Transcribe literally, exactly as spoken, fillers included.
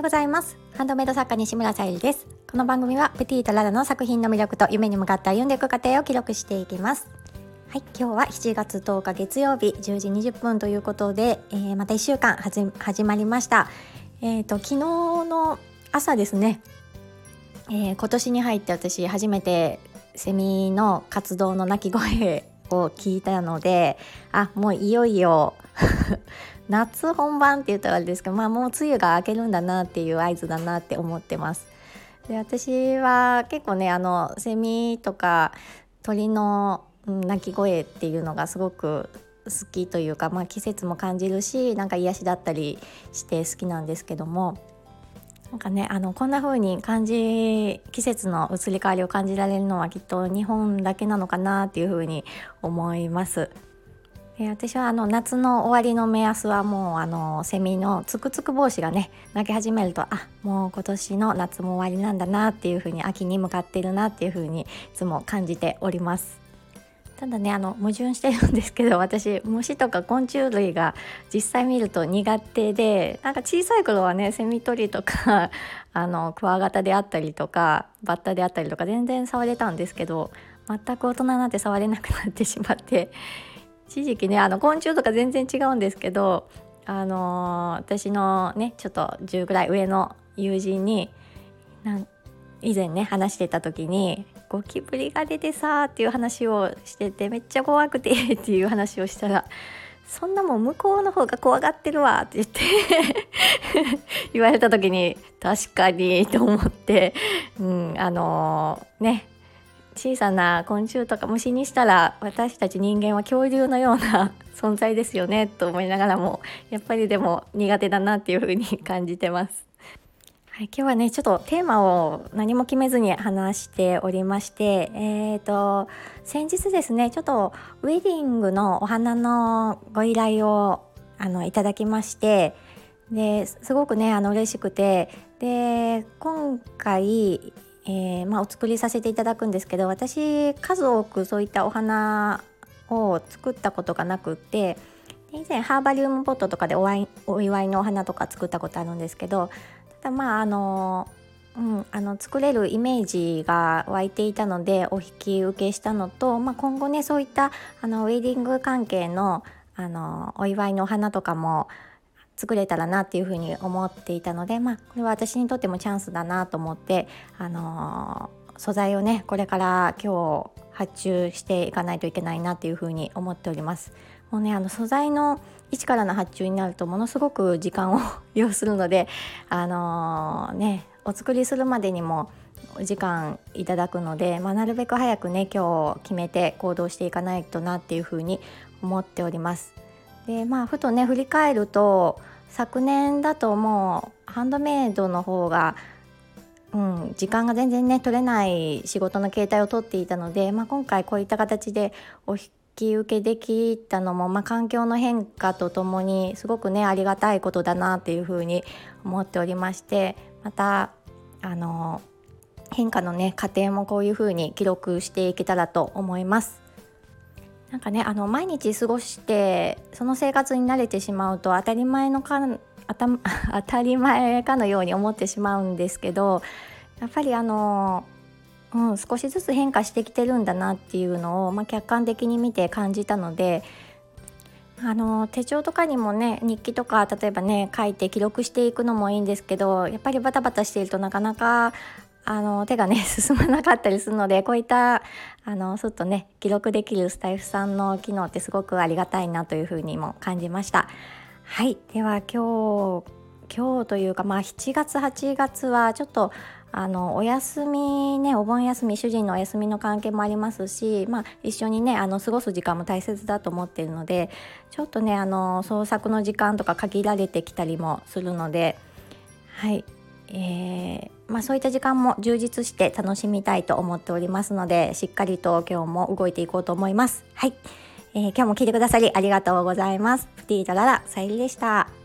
ございます。ハンドメイド作家西村さゆりです。この番組はプティとララの作品の魅力と夢に向かって歩んでいく過程を記録していきます。はい、今日はしちがつとおか月曜日じゅうじにじゅっぷんということで、えー、またいっしゅうかんはじ始まりました。えーと昨日の朝ですね、えー、今年に入って私初めてセミの活動の鳴き声を聞いたので、あ、もういよいよ夏本番って言ったらあれですけど、まあもう梅雨が明けるんだなっていう合図だなって思ってます。で、私は結構ね、あのセミとか鳥の鳴き声っていうのがすごく好きというか、まあ、季節も感じるし、なんか癒しだったりして好きなんですけども、なんかね、あのこんな風に感じ季節の移り変わりを感じられるのはきっと日本だけなのかなっていう風に思います。で、私はあの夏の終わりの目安はもうあのセミのつくつく帽子がね鳴き始めると、あ、もう今年の夏も終わりなんだなっていう風に、秋に向かっているなっていう風にいつも感じております。ただね、あの矛盾してるんですけど、私虫とか昆虫類が実際見ると苦手で、なんか小さい頃はね、セミ取りとかあのクワガタであったりとかバッタであったりとか全然触れたんですけど、全く大人になって触れなくなってしまって、一時期ね、あの昆虫とか全然違うんですけど、あのー私のねちょっとじゅうぐらい上の友人になん以前ね話してた時に、ゴキブリが出てさーっていう話をしてて、めっちゃ怖くてっていう話をしたら、そんなもん向こうの方が怖がってるわって言って言われた時に、確かにと思って、うん、あのー、ね小さな昆虫とか虫にしたら、私たち人間は恐竜のような存在ですよねと思いながらも、やっぱりでも苦手だなっていう風に感じてます。はい、今日はねちょっとテーマを何も決めずに話しておりまして、えーと先日ですね、ちょっとウェディングのお花のご依頼をあのいただきまして、ですごくねあの嬉しくて、で今回、えーまあ、お作りさせていただくんですけど、私数多くそういったお花を作ったことがなくって、以前ハーバリウムポットとかで お, いお祝いのお花とか作ったことあるんですけど、ただまああの、うん、あの作れるイメージが湧いていたのでお引き受けしたのと、まあ、今後ねそういったあのウェディング関係の、あのお祝いのお花とかも作れたらなっていうふうに思っていたので、まあ、これは私にとってもチャンスだなと思って、あの素材をねこれから今日発注していかないといけないなっていうふうに思っております。もうね、あの素材の一からの発注になるとものすごく時間を要するので、あのー、ねお作りするまでにもお時間いただくので、まあ、なるべく早くね今日決めて行動していかないとなっていうふうに思っております。で、まあふとね振り返ると、昨年だともうハンドメイドの方がうん、時間が全然ね取れない仕事の形態をとっていたので、まあ、今回こういった形でお引き受けできたのも、まあ、環境の変化とともにすごくねありがたいことだなっていうふうに思っておりまして、またあの変化のね過程もこういうふうに記録していけたらと思います。なんかね、あの毎日過ごしてその生活に慣れてしまうと当たり前のか当た当たり前かのように思ってしまうんですけど、やっぱりあの、うん、少しずつ変化してきてるんだなっていうのを、まあ、客観的に見て感じたので、あの手帳とかにもね日記とか例えばね書いて記録していくのもいいんですけど、やっぱりバタバタしているとなかなかあの手がね進まなかったりするので、こういったあのすっとね記録できるスタイフさんの機能ってすごくありがたいなというふうにも感じました。はい、では今日今日というか、まあ、しちがつはちがつはちょっとあのお休みね、お盆休み、主人のお休みの関係もありますし、まあ、一緒にねあの過ごす時間も大切だと思っているので、ちょっとねあの創作の時間とか限られてきたりもするので、はい、えーまあ、そういった時間も充実して楽しみたいと思っておりますので、しっかりと今日も動いていこうと思います。はい、えー、今日も聞いてくださりありがとうございます。プティーとララさゆりでした。